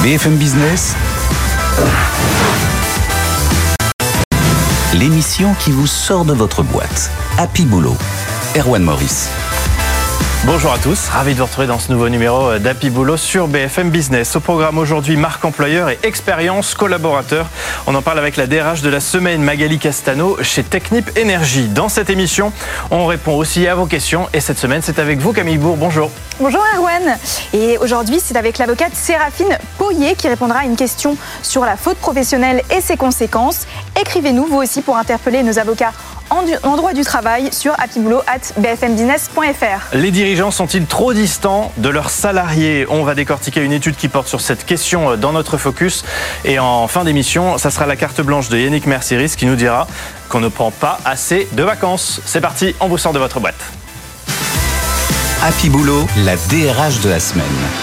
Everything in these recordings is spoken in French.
BFM Business, l'émission qui vous sort de votre boîte. Happy Boulot, Erwan Maurice. Bonjour à tous, ravi de vous retrouver dans ce nouveau numéro d'Happy Boulot sur BFM Business. Au programme aujourd'hui, marque employeur et expérience collaborateur. On en parle avec la DRH de la semaine, Magali Castano, chez Technip Énergie. Dans cette émission, on répond aussi à vos questions. Et cette semaine, c'est avec vous, Camille Bourg. Bonjour. Bonjour Erwan. Et aujourd'hui, c'est avec l'avocate Séraphine Poyer qui répondra à une question sur la faute professionnelle et ses conséquences. Écrivez-nous, vous aussi, pour interpeller nos avocats en droit du travail sur happyboulot@bfmbusiness.fr. Les dirigeants sont-ils trop distants de leurs salariés ? On va décortiquer une étude qui porte sur cette question dans notre focus. Et en fin d'émission, ça sera la carte blanche de Yannick Mercieris qui nous dira qu'on ne prend pas assez de vacances. C'est parti, on vous sort de votre boîte. Happy Boulot, la DRH de la semaine.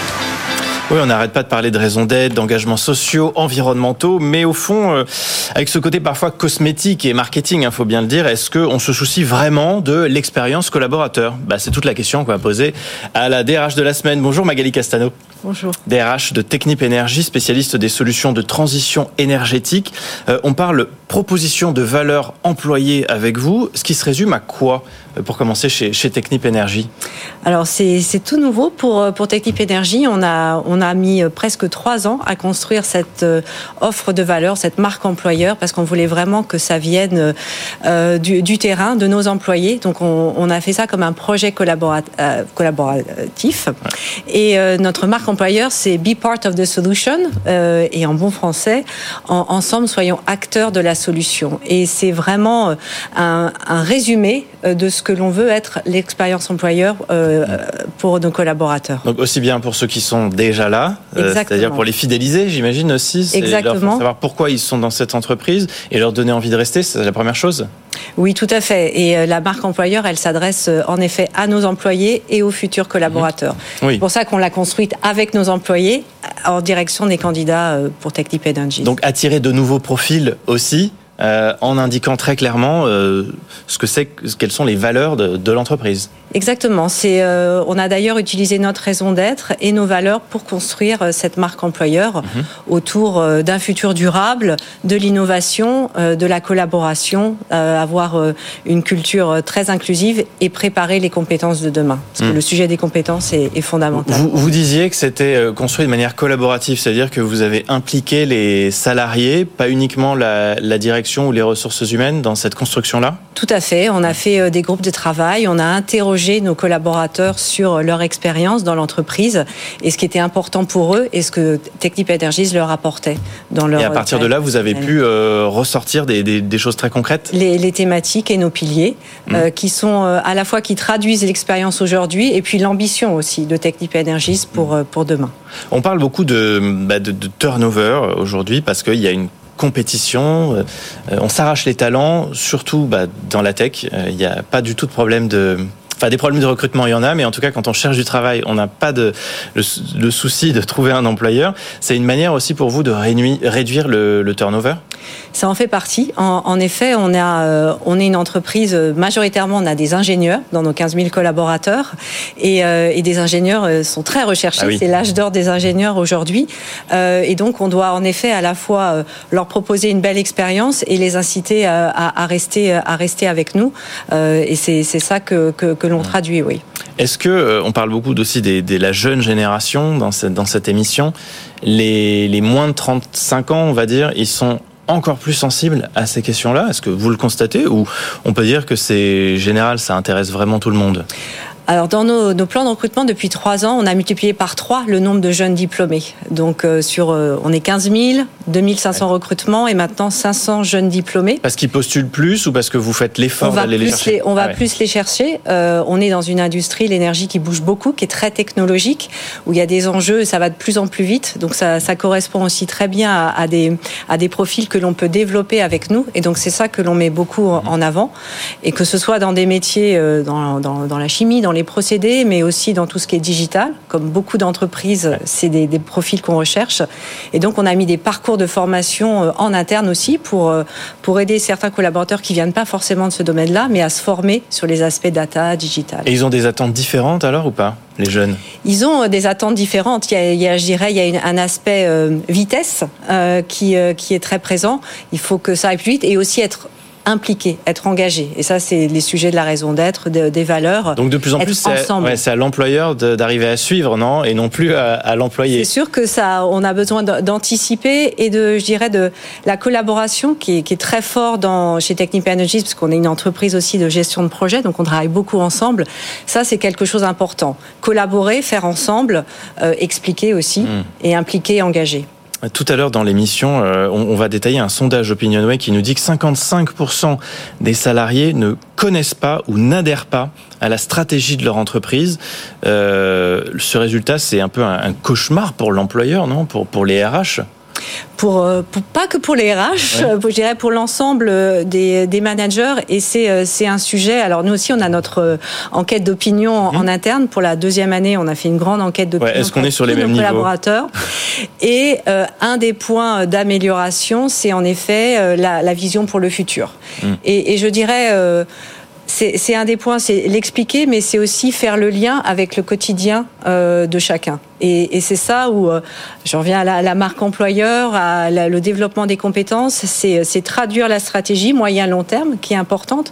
Oui, on n'arrête pas de parler de raison d'être, d'engagements sociaux, environnementaux, mais au fond, avec ce côté parfois cosmétique et marketing, faut bien le dire, est-ce qu'on se soucie vraiment de l'expérience collaborateur ? C'est toute la question qu'on va poser à la DRH de la semaine. Bonjour Magali Castano. Bonjour. DRH de Technip Énergie, spécialiste des solutions de transition énergétique. On parle proposition de valeur employée avec vous, ce qui se résume à quoi pour commencer chez Technip Énergie ? Alors c'est tout nouveau pour Technip Énergie. On a mis presque 3 ans à construire cette offre de valeur, cette marque employeur, parce qu'on voulait vraiment que ça vienne du terrain, de nos employés. Donc on a fait ça comme un projet collaboratif. Et notre marque employeur, c'est Be Part of the Solution, et en bon français, ensemble soyons acteurs de la solution. Et c'est vraiment un résumé de ce que l'on veut être l'expérience employeur pour nos collaborateurs. Donc aussi bien pour ceux qui sont déjà là, c'est-à-dire pour les fidéliser, j'imagine aussi. Exactement. Leur faire savoir pourquoi ils sont dans cette entreprise et leur donner envie de rester, c'est la première chose. Oui, tout à fait. Et la marque employeur, elle s'adresse en effet à nos employés et aux futurs collaborateurs. Oui. C'est pour ça qu'on l'a construite avec nos employés en direction des candidats pour Technip Énergie. Donc attirer de nouveaux profils aussi. En indiquant très clairement quelles sont les valeurs de l'entreprise. Exactement. On a d'ailleurs utilisé notre raison d'être et nos valeurs pour construire cette marque employeur autour d'un futur durable, de l'innovation, de la collaboration, avoir une culture très inclusive et préparer les compétences de demain. Parce que le sujet des compétences est fondamental. Vous disiez que c'était construit de manière collaborative, c'est-à-dire que vous avez impliqué les salariés, pas uniquement la direction ou les ressources humaines dans cette construction-là ? Tout à fait. On a fait des groupes de travail, on a interrogé nos collaborateurs sur leur expérience dans l'entreprise et ce qui était important pour eux et ce que Technip Énergie leur apportait dans leur. Et à partir de là, vous avez pu ressortir des choses très concrètes ? Les thématiques et nos piliers qui sont à la fois qui traduisent l'expérience aujourd'hui et puis l'ambition aussi de Technip Énergie pour demain. On parle beaucoup de turnover aujourd'hui parce qu'il y a une compétition, on s'arrache les talents, surtout dans la tech. Il n'y a pas du tout de problème des problèmes de recrutement, il y en a, mais en tout cas, quand on cherche du travail, on n'a pas le souci de trouver un employeur. C'est une manière aussi pour vous de réduire le turnover ? Ça en fait partie. En effet, on est une entreprise, majoritairement, on a des ingénieurs dans nos 15 000 collaborateurs et des ingénieurs sont très recherchés. Ah oui. C'est l'âge d'or des ingénieurs aujourd'hui. Et donc, on doit en effet à la fois leur proposer une belle expérience et les inciter à rester avec nous. Et c'est ça que l'on traduit, oui. Est-ce que, on parle beaucoup aussi de la jeune génération dans cette émission, les moins de 35 ans, on va dire, ils sont encore plus sensibles à ces questions-là ? Est-ce que vous le constatez ou on peut dire que c'est général, ça intéresse vraiment tout le monde ? Alors, dans nos plans de recrutement, depuis 3 ans, on a multiplié par 3 le nombre de jeunes diplômés. Donc, on est 15 000, 2500 recrutements et maintenant 500 jeunes diplômés. Parce qu'ils postulent plus ou parce que vous faites l'effort d'aller les chercher ? On va plus les chercher. On est dans une industrie, l'énergie qui bouge beaucoup, qui est très technologique, où il y a des enjeux et ça va de plus en plus vite. Donc, ça correspond aussi très bien à des profils que l'on peut développer avec nous. Et donc, c'est ça que l'on met beaucoup en avant. Et que ce soit dans des métiers, dans la chimie, dans les procédés, mais aussi dans tout ce qui est digital. Comme beaucoup d'entreprises, c'est des profils qu'on recherche. Et donc, on a mis des parcours de formation en interne aussi pour aider certains collaborateurs qui viennent pas forcément de ce domaine-là, mais à se former sur les aspects data, digital. Et ils ont des attentes différentes alors ou pas, les jeunes ? Ils ont des attentes différentes. Il y a un aspect vitesse qui est très présent. Il faut que ça aille plus vite et aussi être impliqué, être engagé. Et ça, c'est les sujets de la raison d'être, des valeurs. Donc de plus en plus, c'est à l'employeur d'arriver à suivre, non ? Et non plus à l'employé. C'est sûr que ça, on a besoin d'anticiper et de la collaboration qui est très fort chez Technip Energies, parce qu'on est une entreprise aussi de gestion de projet, donc on travaille beaucoup ensemble. Ça, c'est quelque chose d'important. Collaborer, faire ensemble, expliquer aussi, et impliquer, engager. Tout à l'heure dans l'émission, on va détailler un sondage OpinionWay qui nous dit que 55% des salariés ne connaissent pas ou n'adhèrent pas à la stratégie de leur entreprise. Ce résultat, c'est un peu un cauchemar pour l'employeur, non ? Pour les RH ? Pas que pour les RH, je dirais pour l'ensemble des managers, et c'est un sujet. Alors nous aussi, on a notre enquête d'opinion en interne. Pour la 2e année, on a fait une grande enquête d'opinion. Est-ce qu'on est sur les mêmes niveaux ? Collaborateurs. Et un des points d'amélioration, c'est en effet la vision pour le futur. Et je dirais. C'est un des points, c'est l'expliquer, mais c'est aussi faire le lien avec le quotidien de chacun. Et c'est ça où je reviens à la marque employeur, le développement des compétences, c'est traduire la stratégie moyen-long terme qui est importante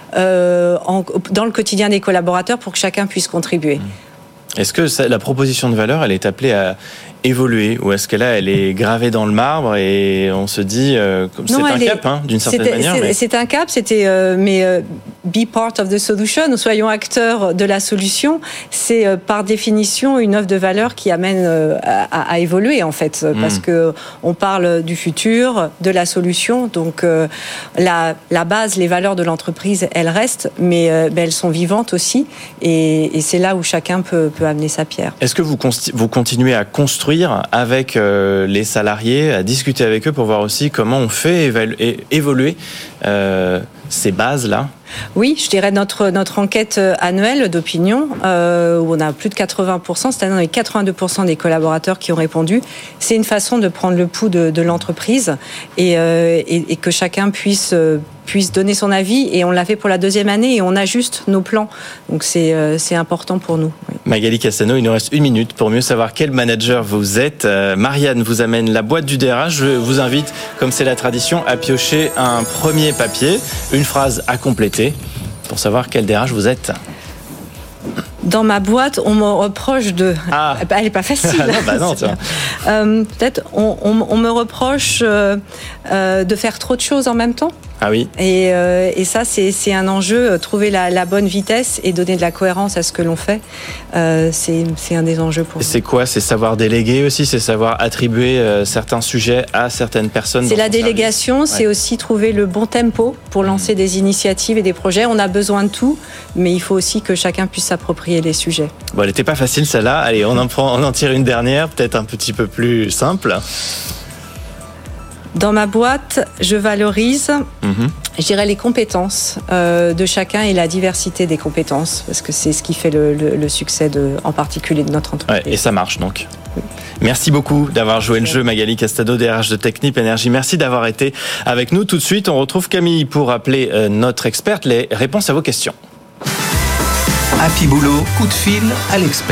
dans le quotidien des collaborateurs pour que chacun puisse contribuer. Est-ce que la proposition de valeur, elle est appelée à évoluer, ou est-ce que là, elle est gravée dans le marbre et on se dit c'est un cap, d'une certaine manière. C'est un cap, mais be part of the solution, soyons acteurs de la solution. C'est par définition une offre de valeur qui amène à évoluer en fait, parce que on parle du futur, de la solution. Donc la base, les valeurs de l'entreprise, elles restent, mais elles sont vivantes aussi, et c'est là où chacun peut amener sa pierre. Est-ce que vous continuez à construire avec les salariés, à discuter avec eux pour voir aussi comment on fait évoluer ces bases-là ? Oui, je dirais notre enquête annuelle d'opinion, où on a plus de 80%, cette année on a 82% des collaborateurs qui ont répondu. C'est une façon de prendre le pouls de l'entreprise et que chacun puisse donner son avis, et on l'a fait pour la 2e année et on ajuste nos plans. Donc c'est important pour nous. Oui. Magali Castano, il nous reste 1 minute pour mieux savoir quel manager vous êtes. Marianne vous amène la boîte du DRH. Je vous invite, comme c'est la tradition, à piocher un premier papier, une phrase à compléter pour savoir quel DRH vous êtes. Dans ma boîte, on me reproche de... Elle n'est pas facile. non, tiens. Peut-être, on me reproche de faire trop de choses en même temps. Ah oui. Et ça, c'est un enjeu, trouver la bonne vitesse et donner de la cohérence à ce que l'on fait. C'est un des enjeux pour nous. C'est quoi ? C'est savoir déléguer aussi ? C'est savoir attribuer certains sujets à certaines personnes ? C'est la délégation, c'est aussi trouver le bon tempo pour lancer des initiatives et des projets. On a besoin de tout, mais il faut aussi que chacun puisse s'approprier les sujets. Bon, elle n'était pas facile celle-là. Allez, on en tire une dernière, peut-être un petit peu plus simple. Dans ma boîte, je valorise, je dirais, les compétences de chacun et la diversité des compétences, parce que c'est ce qui fait le succès en particulier de notre entreprise. Ouais, et ça marche donc. Oui. Merci beaucoup d'avoir joué le jeu, Magali Castano, DRH de Technip Energies. Merci d'avoir été avec nous. Tout de suite, on retrouve Camille pour appeler notre experte les réponses à vos questions. Happy Boulot, coup de fil à l'expert.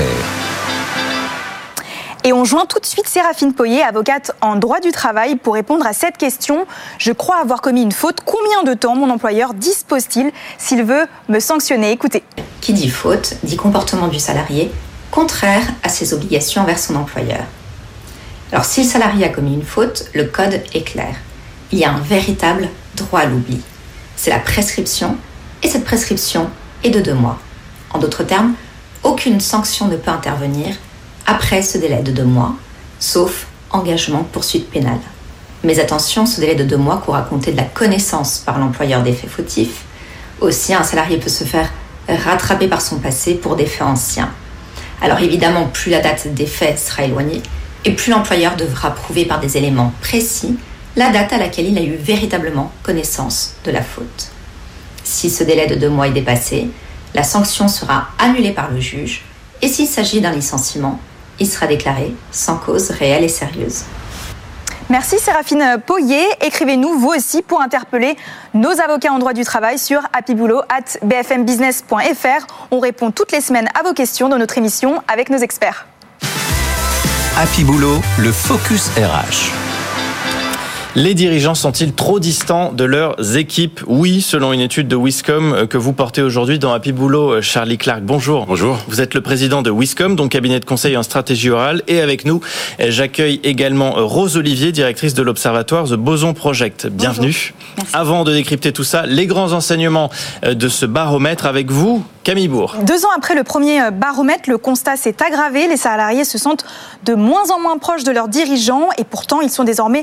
Et on joint tout de suite Séraphine Poyer, avocate en droit du travail, pour répondre à cette question. Je crois avoir commis une faute. Combien de temps mon employeur dispose-t-il s'il veut me sanctionner ? Écoutez. Qui dit faute, dit comportement du salarié contraire à ses obligations envers son employeur. Alors si le salarié a commis une faute, le code est clair. Il y a un véritable droit à l'oubli. C'est la prescription, et cette prescription est de 2 mois. En d'autres termes, aucune sanction ne peut intervenir après ce délai de 2 mois, sauf engagement de poursuite pénale. Mais attention, ce délai de 2 mois court à compter de la connaissance par l'employeur des faits fautifs. Aussi, un salarié peut se faire rattraper par son passé pour des faits anciens. Alors évidemment, plus la date des faits sera éloignée, et plus l'employeur devra prouver par des éléments précis la date à laquelle il a eu véritablement connaissance de la faute. Si ce délai de 2 mois est dépassé, La sanction sera annulée par le juge et s'il s'agit d'un licenciement, il sera déclaré sans cause réelle et sérieuse. Merci Séraphine Pohier. Écrivez-nous vous aussi pour interpeller nos avocats en droit du travail sur happyboulot@bfmbusiness.fr. On répond toutes les semaines à vos questions dans notre émission avec nos experts. Happy Boulot, le focus RH. Les dirigeants sont-ils trop distants de leurs équipes ? Oui, selon une étude de Wiscom que vous portez aujourd'hui dans Happy Boulot. Charlie Clark, bonjour. Bonjour. Vous êtes le président de Wiscom, donc cabinet de conseil en stratégie orale. Et avec nous, j'accueille également Rose Olivier, directrice de l'Observatoire The Boson Project. Bienvenue. Merci. Avant de décrypter tout ça, les grands enseignements de ce baromètre avec vous, Camille Bourg. 2 ans après le premier baromètre, le constat s'est aggravé. Les salariés se sentent de moins en moins proches de leurs dirigeants et pourtant ils sont désormais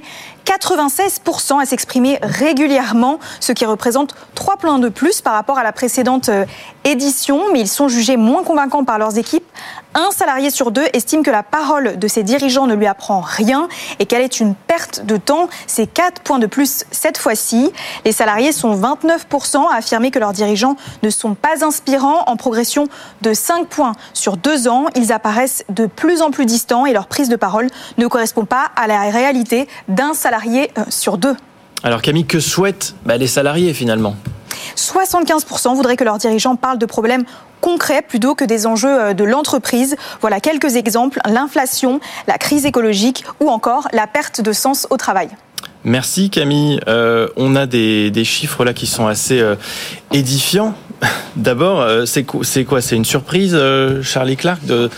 96% à s'exprimer régulièrement, ce qui représente 3 points de plus par rapport à la précédente édition, mais ils sont jugés moins convaincants par leurs équipes. Un salarié sur 2 estime que la parole de ses dirigeants ne lui apprend rien et qu'elle est une perte de temps. C'est 4 points de plus cette fois-ci. Les salariés sont 29% à affirmer que leurs dirigeants ne sont pas inspirants, en progression de 5 points sur 2 ans. Ils apparaissent de plus en plus distants et leur prise de parole ne correspond pas à la réalité d'un salarié sur 2. Alors Camille, que souhaitent les salariés finalement ? 75% voudraient que leurs dirigeants parlent de problèmes concrets plutôt que des enjeux de l'entreprise. Voilà quelques exemples, l'inflation, la crise écologique ou encore la perte de sens au travail. Merci Camille. On a des chiffres là qui sont assez édifiants. D'abord, c'est quoi ? C'est une surprise, Charlie Clark,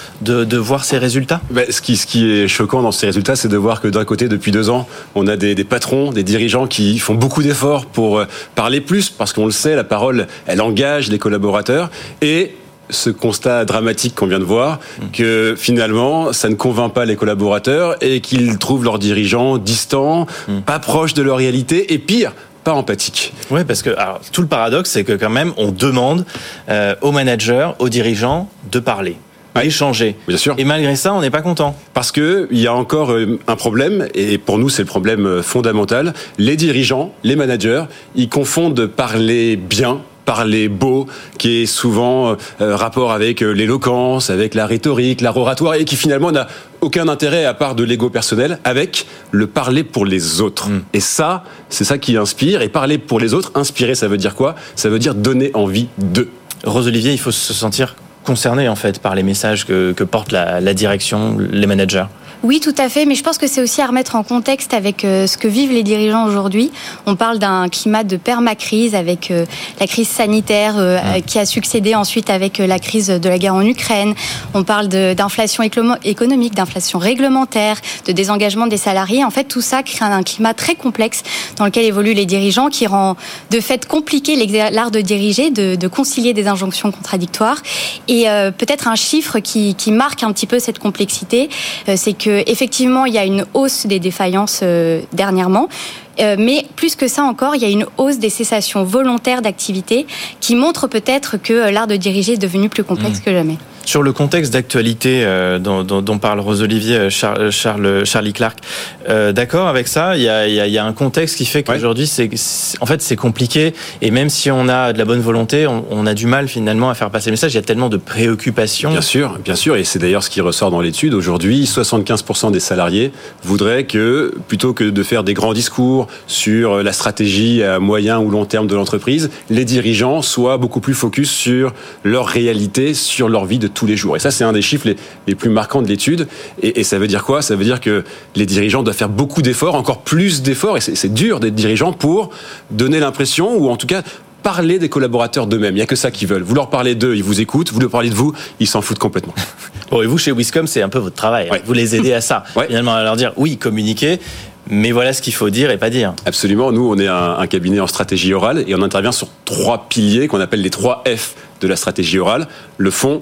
de voir ces résultats ? Ce qui est choquant dans ces résultats, c'est de voir que d'un côté, depuis 2 ans, on a des patrons, des dirigeants qui font beaucoup d'efforts pour parler plus, parce qu'on le sait, la parole, elle engage les collaborateurs. Et ce constat dramatique qu'on vient de voir, que finalement, ça ne convainc pas les collaborateurs et qu'ils trouvent leurs dirigeants distants, pas proches de leur réalité, et pire, pas empathique. Oui, parce que tout le paradoxe, c'est que quand même, on demande aux managers, aux dirigeants de parler, d'échanger. Bien sûr. Et malgré ça, on n'est pas content. Parce que il y a encore un problème, et pour nous, c'est le problème fondamental. Les dirigeants, les managers, ils confondent parler bien, parler beau, qui est souvent rapport avec l'éloquence, avec la rhétorique, l'art oratoire, et qui finalement n'a aucun intérêt à part de l'ego personnel, avec le parler pour les autres. Et ça, c'est ça qui inspire. Et parler pour les autres, inspirer, ça veut dire quoi ? Ça veut dire donner envie d'eux. Rose Olivier, il faut se sentir concerné en fait par les messages que porte la direction, les managers. Oui, tout à fait, mais je pense que c'est aussi à remettre en contexte avec ce que vivent les dirigeants aujourd'hui. On parle d'un climat de permacrise avec la crise sanitaire qui a succédé ensuite avec la crise de la guerre en Ukraine. On parle d'inflation économique, d'inflation réglementaire, de désengagement des salariés. En fait, tout ça crée un climat très complexe dans lequel évoluent les dirigeants, qui rend de fait compliqué l'art de diriger, de concilier des injonctions contradictoires. Et peut-être un chiffre qui marque un petit peu cette complexité, c'est que effectivement, il y a une hausse des défaillances dernièrement. Mais plus que ça encore, il y a une hausse des cessations volontaires d'activité qui montre peut-être que l'art de diriger est devenu plus complexe que jamais. Sur le contexte d'actualité dont parle Rose Olivier, Charlie Clark, d'accord avec ça, il y a un contexte qui fait qu'aujourd'hui c'est compliqué, et même si on a de la bonne volonté, on a du mal finalement à faire passer le message. Il y a tellement de préoccupations. Bien sûr, et c'est d'ailleurs ce qui ressort dans l'étude. Aujourd'hui, 75% des salariés voudraient que, plutôt que de faire des grands discours sur la stratégie à moyen ou long terme de l'entreprise, les dirigeants soient beaucoup plus focus sur leur réalité, sur leur vie de tous les jours. Et ça, c'est un des chiffres les plus marquants de l'étude. Et ça veut dire quoi ? Ça veut dire que les dirigeants doivent faire beaucoup d'efforts, encore plus d'efforts, et c'est dur d'être dirigeant, pour donner l'impression, ou en tout cas parler des collaborateurs d'eux-mêmes. Il n'y a que ça qu'ils veulent. Vous leur parlez d'eux, ils vous écoutent. Vous leur parlez de vous, ils s'en foutent complètement. Bon, et vous, chez Wiscom, c'est un peu votre travail. Vous les aidez à ça. Finalement, à leur dire, oui, communiquer, mais voilà ce qu'il faut dire et pas dire. Absolument. Nous, on est un cabinet en stratégie orale et on intervient sur 3 piliers qu'on appelle les 3 F de la stratégie orale. Le fond,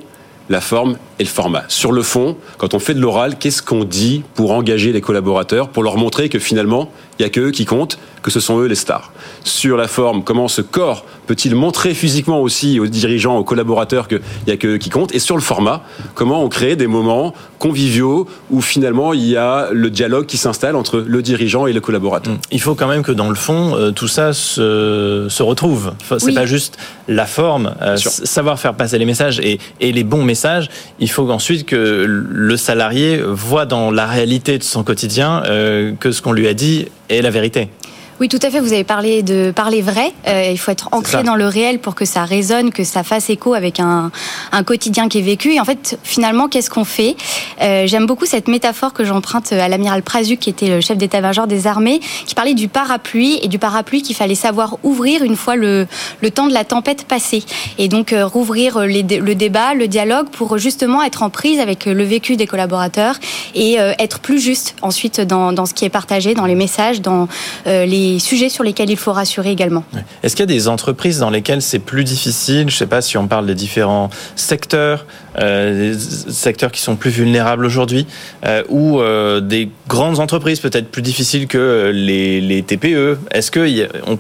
la forme et le format. Sur le fond, quand on fait de l'oral, qu'est-ce qu'on dit pour engager les collaborateurs, pour leur montrer que finalement, il n'y a que eux qui comptent, que ce sont eux les stars. Sur la forme, comment ce corps peut-il montrer physiquement aussi aux dirigeants, aux collaborateurs qu'il n'y a que eux qui comptent. Et sur le format, comment on crée des moments conviviaux où finalement il y a le dialogue qui s'installe entre le dirigeant et le collaborateur. Il faut quand même que dans le fond, tout ça se retrouve. C'est pas juste la forme, savoir faire passer les messages et les bons messages. Il faut ensuite que le salarié voit dans la réalité de son quotidien que ce qu'on lui a dit est la vérité. Oui, tout à fait. Vous avez parlé de parler vrai. Il faut être ancré dans le réel pour que ça résonne, que ça fasse écho avec un quotidien qui est vécu. Et en fait, finalement, qu'est-ce qu'on fait ? J'aime beaucoup cette métaphore que j'emprunte à l'amiral Prazuc, qui était le chef d'état-major des armées, qui parlait du parapluie et du parapluie qu'il fallait savoir ouvrir une fois le temps de la tempête passé. Et donc, rouvrir le débat, le dialogue pour justement être en prise avec le vécu des collaborateurs et être plus juste ensuite dans ce qui est partagé, dans les messages, dans les sujets sur lesquels il faut rassurer également. Est-ce qu'il y a des entreprises dans lesquelles c'est plus difficile ? Je ne sais pas si on parle des différents secteurs, des secteurs qui sont plus vulnérables aujourd'hui, ou des grandes entreprises peut-être plus difficiles que les TPE. Est-ce qu'il y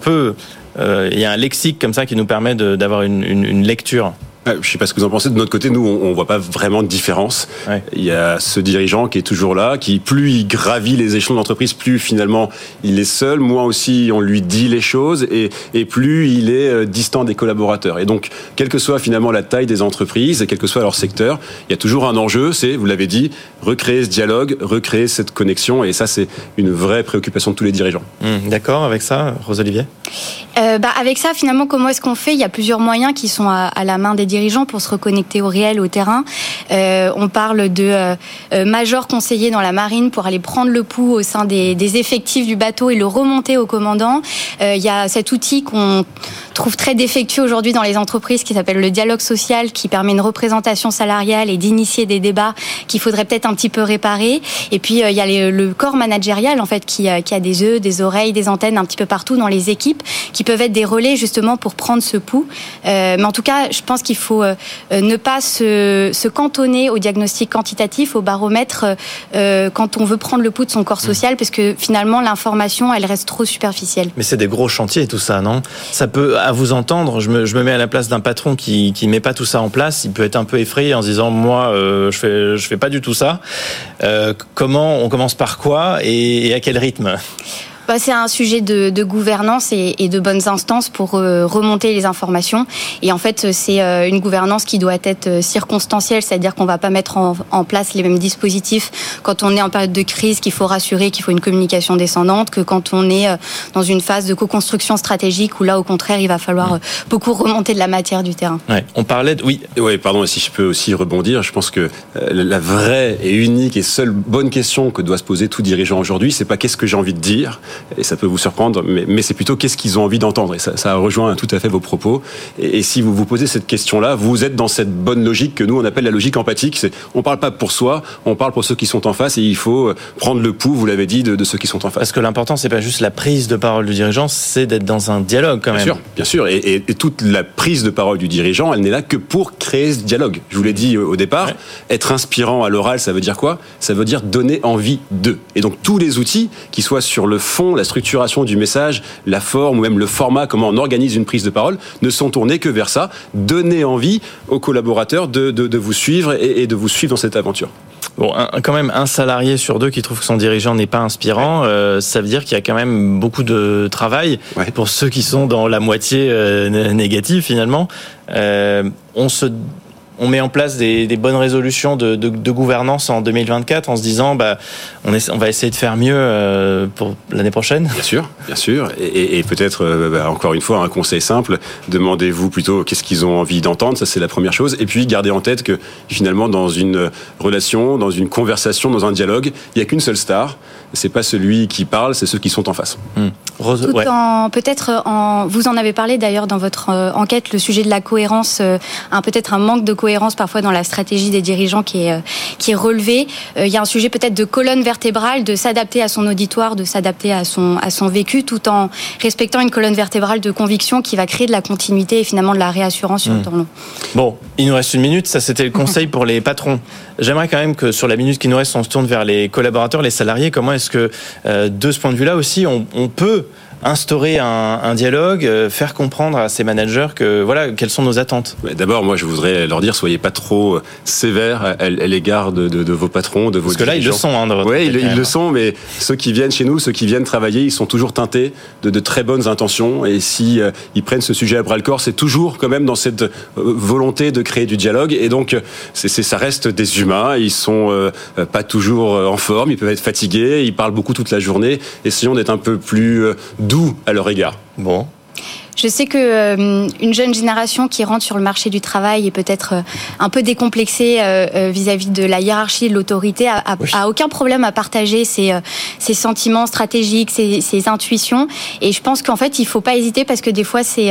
a un lexique comme ça qui nous permet d'avoir une lecture ? Je ne sais pas ce que vous en pensez. De notre côté, nous, on voit pas vraiment de différence. Ouais. Il y a ce dirigeant qui est toujours là, qui plus il gravit les échelons d'entreprise, plus finalement il est seul. Moi aussi, on lui dit les choses et plus il est distant des collaborateurs. Et donc, quelle que soit finalement la taille des entreprises et quel que soit leur secteur, il y a toujours un enjeu. C'est, vous l'avez dit, recréer ce dialogue, recréer cette connexion. Et ça, c'est une vraie préoccupation de tous les dirigeants. D'accord avec ça, Rose-Olivier ? Avec ça, finalement, comment est-ce qu'on fait ? Il y a plusieurs moyens qui sont à la main des dirigeants pour se reconnecter au réel, au terrain. On parle de major conseiller dans la marine pour aller prendre le pouls au sein des effectifs du bateau et le remonter au commandant. Il y a cet outil qu'on trouve très défectueux aujourd'hui dans les entreprises qui s'appelle le dialogue social, qui permet une représentation salariale et d'initier des débats qu'il faudrait peut-être un petit peu réparer. Et puis il y a le corps managérial en fait qui a des yeux, des oreilles, des antennes un petit peu partout dans les équipes qui peuvent être des relais justement pour prendre ce pouls. Mais en tout cas, je pense qu'il faut ne pas se cantonner au diagnostic quantitatif, au baromètre quand on veut prendre le pouls de son corps social, parce que finalement l'information elle reste trop superficielle. Mais c'est des gros chantiers tout ça, non ? Ça peut, à vous entendre, je me mets à la place d'un patron qui met pas tout ça en place, il peut être un peu effrayé en se disant moi je fais pas du tout ça. Comment on commence par quoi et à quel rythme ? C'est un sujet de gouvernance et de bonnes instances pour remonter les informations. Et en fait, c'est une gouvernance qui doit être circonstancielle, c'est-à-dire qu'on va pas mettre en place les mêmes dispositifs quand on est en période de crise, qu'il faut rassurer, qu'il faut une communication descendante, que quand on est dans une phase de co-construction stratégique où là, au contraire, il va falloir beaucoup remonter de la matière du terrain. Ouais, on parlait de... Oui, pardon, si je peux aussi rebondir, je pense que la vraie et unique et seule bonne question que doit se poser tout dirigeant aujourd'hui, c'est pas qu'est-ce que j'ai envie de dire, et ça peut vous surprendre, mais c'est plutôt qu'est-ce qu'ils ont envie d'entendre. Et ça rejoint tout à fait vos propos. Et si vous vous posez cette question-là, vous êtes dans cette bonne logique que nous, on appelle la logique empathique. On parle pas pour soi, on parle pour ceux qui sont en face, et il faut prendre le pouls, vous l'avez dit, de ceux qui sont en face. Parce que l'important, c'est pas juste la prise de parole du dirigeant, c'est d'être dans un dialogue quand même. Bien sûr. Et toute la prise de parole du dirigeant, elle n'est là que pour créer ce dialogue. Je vous l'ai dit au départ, être inspirant à l'oral, ça veut dire quoi ? Ça veut dire donner envie d'eux. Et donc tous les outils, qui soient sur le fond, la structuration du message, la forme ou même le format, comment on organise une prise de parole, ne sont tournés que vers ça, donner envie aux collaborateurs de vous suivre et de vous suivre dans cette aventure. Bon, quand même, un salarié sur deux qui trouve que son dirigeant n'est pas inspirant, ça veut dire qu'il y a quand même beaucoup de travail pour ceux qui sont dans la moitié négative finalement. On met en place des bonnes résolutions de gouvernance en 2024 en se disant on va essayer de faire mieux pour l'année prochaine. Bien sûr. Et peut-être, encore une fois, un conseil simple, demandez-vous plutôt qu'est-ce qu'ils ont envie d'entendre, ça c'est la première chose. Et puis gardez en tête que finalement dans une relation, dans une conversation, dans un dialogue, il n'y a qu'une seule star. C'est pas celui qui parle, c'est ceux qui sont en face. Vous en avez parlé d'ailleurs dans votre enquête, le sujet de la cohérence, peut-être un manque de cohérence cohérence parfois dans la stratégie des dirigeants qui est relevée. Il y a un sujet peut-être de colonne vertébrale, de s'adapter à son auditoire, de s'adapter à son vécu, tout en respectant une colonne vertébrale de conviction qui va créer de la continuité et finalement de la réassurance sur le temps long. Bon, il nous reste une minute, ça c'était le conseil pour les patrons. J'aimerais quand même que sur la minute qui nous reste, on se tourne vers les collaborateurs, les salariés. Comment est-ce que, de ce point de vue-là aussi, on peut instaurer un dialogue, faire comprendre à ces managers que voilà, quelles sont nos attentes. D'abord, moi, je voudrais leur dire, soyez pas trop sévères à l'égard de vos patrons, de vos dirigeants. Parce que là, ils le sont. Oui, ils le sont, mais ceux qui viennent chez nous, ceux qui viennent travailler, ils sont toujours teintés de très bonnes intentions. Et si ils prennent ce sujet à bras-le-corps, c'est toujours quand même dans cette volonté de créer du dialogue. Et donc, ça reste des humains. Ils sont pas toujours en forme. Ils peuvent être fatigués. Ils parlent beaucoup toute la journée. Essayons d'être un peu plus doux à leur égard. Bon. Je sais que une jeune génération qui rentre sur le marché du travail est peut-être un peu décomplexée vis-à-vis de la hiérarchie, de l'autorité, a aucun problème à partager ses sentiments stratégiques, ses intuitions. Et je pense qu'en fait, il faut pas hésiter parce que des fois, c'est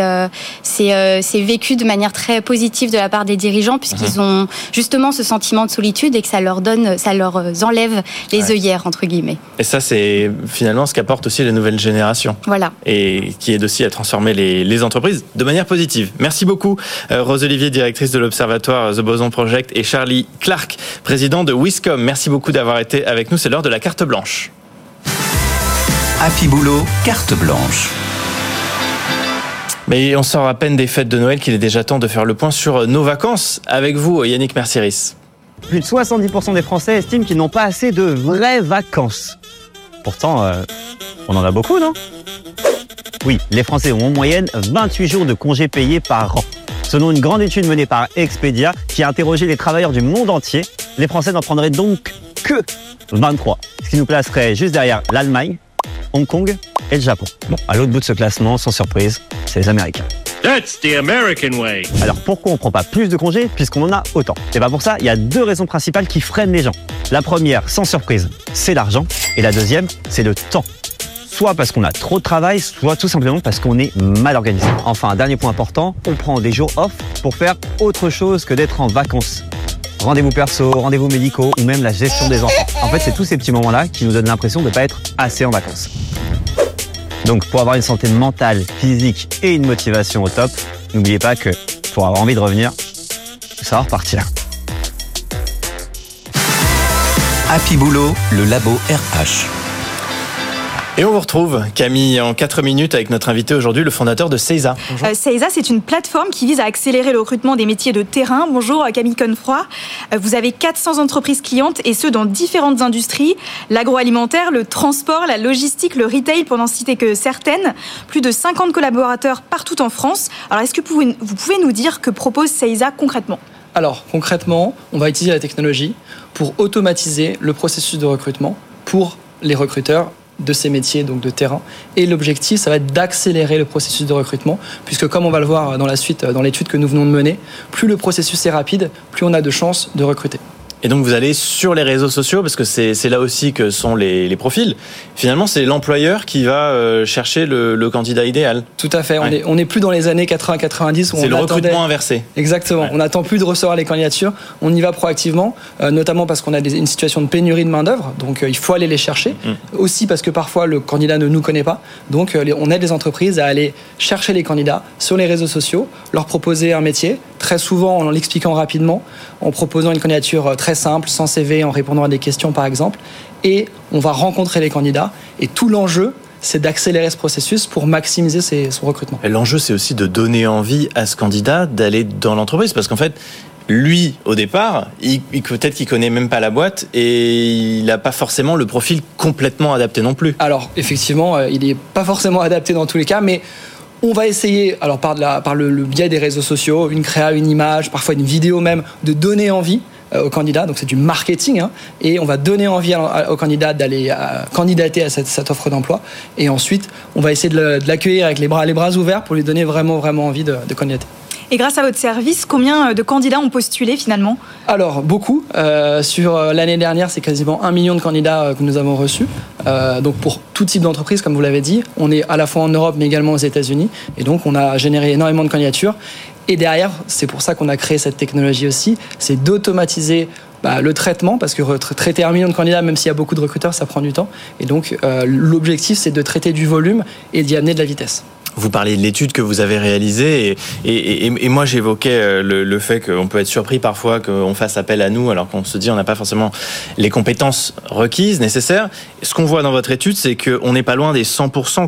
vécu de manière très positive de la part des dirigeants puisqu'ils ont justement ce sentiment de solitude et que ça leur enlève les œillères, entre guillemets. Et ça, c'est finalement ce qu'apporte aussi les nouvelles générations. Voilà. Et qui aide aussi à transformer les entreprises de manière positive. Merci beaucoup Rose Olivier, directrice de l'Observatoire The Boson Project, et Charlie Clark, président de Wiscom. Merci beaucoup d'avoir été avec nous. C'est l'heure de la carte blanche. Happy Boulot, carte blanche. Mais on sort à peine des fêtes de Noël qu'il est déjà temps de faire le point sur nos vacances. Avec vous, Yannick Mercieris. Plus de 70% des Français estiment qu'ils n'ont pas assez de vraies vacances. Pourtant, on en a beaucoup, non ? Oui, les Français ont en moyenne 28 jours de congés payés par an. Selon une grande étude menée par Expedia, qui a interrogé les travailleurs du monde entier, les Français n'en prendraient donc que 23. Ce qui nous placerait juste derrière l'Allemagne, Hong Kong et le Japon. Bon, à l'autre bout de ce classement, sans surprise, c'est les Américains. That's the American way. Alors pourquoi on ne prend pas plus de congés puisqu'on en a autant ? Et bien pour ça, il y a deux raisons principales qui freinent les gens. La première, sans surprise, c'est l'argent. Et la deuxième, c'est le temps. Soit parce qu'on a trop de travail, soit tout simplement parce qu'on est mal organisé. Enfin, un dernier point important, on prend des jours off pour faire autre chose que d'être en vacances. Rendez-vous perso, rendez-vous médicaux ou même la gestion des enfants. En fait, c'est tous ces petits moments-là qui nous donnent l'impression de ne pas être assez en vacances. Donc, pour avoir une santé mentale, physique et une motivation au top, n'oubliez pas que pour avoir envie de revenir, ça va repartir. Happy Boulot, le labo RH. Et on vous retrouve, Camille, en 4 minutes avec notre invité aujourd'hui, le fondateur de Seiza. Seiza, c'est une plateforme qui vise à accélérer le recrutement des métiers de terrain. Bonjour Camille Confroy. Vous avez 400 entreprises clientes et ce dans différentes industries. L'agroalimentaire, le transport, la logistique, le retail, pour n'en citer que certaines. Plus de 50 collaborateurs partout en France. Alors est-ce que vous pouvez nous dire que propose Seiza concrètement ? Alors concrètement, on va utiliser la technologie pour automatiser le processus de recrutement pour les recruteurs de ces métiers donc de terrain. Et l'objectif, ça va être d'accélérer le processus de recrutement, puisque comme on va le voir dans la suite, dans l'étude que nous venons de mener, plus le processus est rapide, plus on a de chances de recruter. Et donc vous allez sur les réseaux sociaux, parce que c'est là aussi que sont les profils. Finalement, c'est l'employeur qui va chercher le candidat idéal. Tout à fait. Ouais. On est plus dans les années 80-90 où c'est le recrutement inversé. Exactement. Ouais. On n'attend plus de recevoir les candidatures. On y va proactivement, notamment parce qu'on a une situation de pénurie de main d'œuvre. Donc il faut aller les chercher. Aussi parce que parfois le candidat ne nous connaît pas. Donc on aide les entreprises à aller chercher les candidats sur les réseaux sociaux, leur proposer un métier. Très souvent en l'expliquant rapidement, en proposant une candidature très simple, sans CV, en répondant à des questions par exemple. Et on va rencontrer les candidats. Et tout l'enjeu, c'est d'accélérer ce processus pour maximiser son recrutement. Et l'enjeu, c'est aussi de donner envie à ce candidat d'aller dans l'entreprise. Parce qu'en fait, lui, au départ, peut-être qu'il connaît même pas la boîte et il n'a pas forcément le profil complètement adapté non plus. Alors, effectivement, il n'est pas forcément adapté dans tous les cas, mais on va essayer, alors par le biais des réseaux sociaux, une créa, une image, parfois une vidéo même, de donner envie aux candidats. Donc c'est du marketing, et on va donner envie aux candidats d'aller candidater à cette offre d'emploi. Et ensuite, on va essayer de l'accueillir avec les bras ouverts pour lui donner vraiment envie de candidater. Et grâce à votre service, combien de candidats ont postulé finalement ? Alors, beaucoup. Sur l'année dernière, c'est quasiment 1 million de candidats que nous avons reçus. Donc, pour tout type d'entreprise, comme vous l'avez dit, on est à la fois en Europe, mais également aux États-Unis. Et donc, on a généré énormément de candidatures. Et derrière, c'est pour ça qu'on a créé cette technologie aussi, c'est d'automatiser le traitement, parce que traiter 1 million de candidats, même s'il y a beaucoup de recruteurs, ça prend du temps. Et donc, l'objectif, c'est de traiter du volume et d'y amener de la vitesse. Vous parlez de l'étude que vous avez réalisée et moi j'évoquais le fait qu'on peut être surpris parfois qu'on fasse appel à nous alors qu'on se dit on n'a pas forcément les compétences requises, nécessaires. Ce qu'on voit dans votre étude, c'est qu'on n'est pas loin des 100%,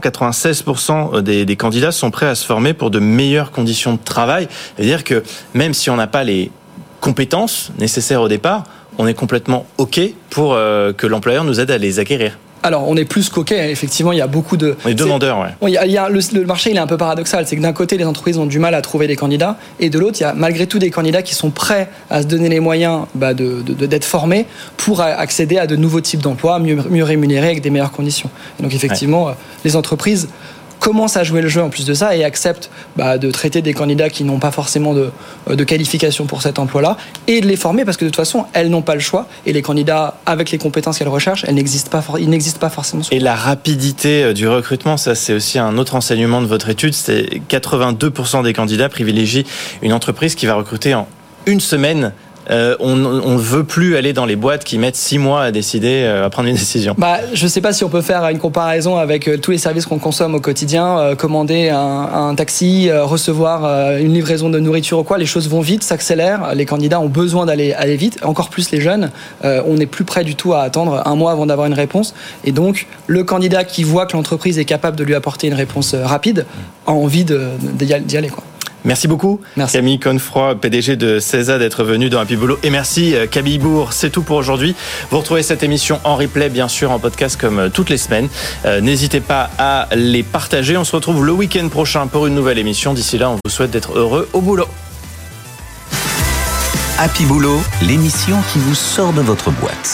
96% des candidats sont prêts à se former pour de meilleures conditions de travail. C'est-à-dire que même si on n'a pas les compétences nécessaires au départ, on est complètement OK pour que l'employeur nous aide à les acquérir. Alors, on est plus qu'OK, effectivement, il y a beaucoup de... On est demandeurs, ouais. Le marché, il est un peu paradoxal. C'est que d'un côté, les entreprises ont du mal à trouver des candidats, et de l'autre, il y a malgré tout des candidats qui sont prêts à se donner les moyens d'être formés pour accéder à de nouveaux types d'emplois, mieux rémunérés, avec des meilleures conditions. Et donc, effectivement, les entreprises commencent à jouer le jeu en plus de ça et acceptent de traiter des candidats qui n'ont pas forcément de qualification pour cet emploi-là et de les former parce que de toute façon, elles n'ont pas le choix et les candidats avec les compétences qu'elles recherchent, ils n'existent pas forcément. Et la rapidité du recrutement, ça c'est aussi un autre enseignement de votre étude, c'est 82% des candidats privilégient une entreprise qui va recruter en 1 semaine. On ne veut plus aller dans les boîtes qui mettent 6 mois à décider, à prendre une décision. Je ne sais pas si on peut faire une comparaison avec tous les services qu'on consomme au quotidien, commander un taxi, recevoir une livraison de nourriture ou quoi. Les choses vont vite, s'accélèrent. Les candidats ont besoin d'aller vite. Encore plus les jeunes. On n'est plus prêt du tout à attendre 1 mois avant d'avoir une réponse. Et donc, le candidat qui voit que l'entreprise est capable de lui apporter une réponse rapide a envie d'y aller, quoi. Merci beaucoup, merci. Camille Confroy, PDG de CESA, d'être venu dans Happy Boulot. Et merci Camille Bourg, c'est tout pour aujourd'hui. Vous retrouvez cette émission en replay, bien sûr, en podcast comme toutes les semaines. N'hésitez pas à les partager. On se retrouve le week-end prochain pour une nouvelle émission. D'ici là, on vous souhaite d'être heureux au boulot. Happy Boulot, l'émission qui vous sort de votre boîte.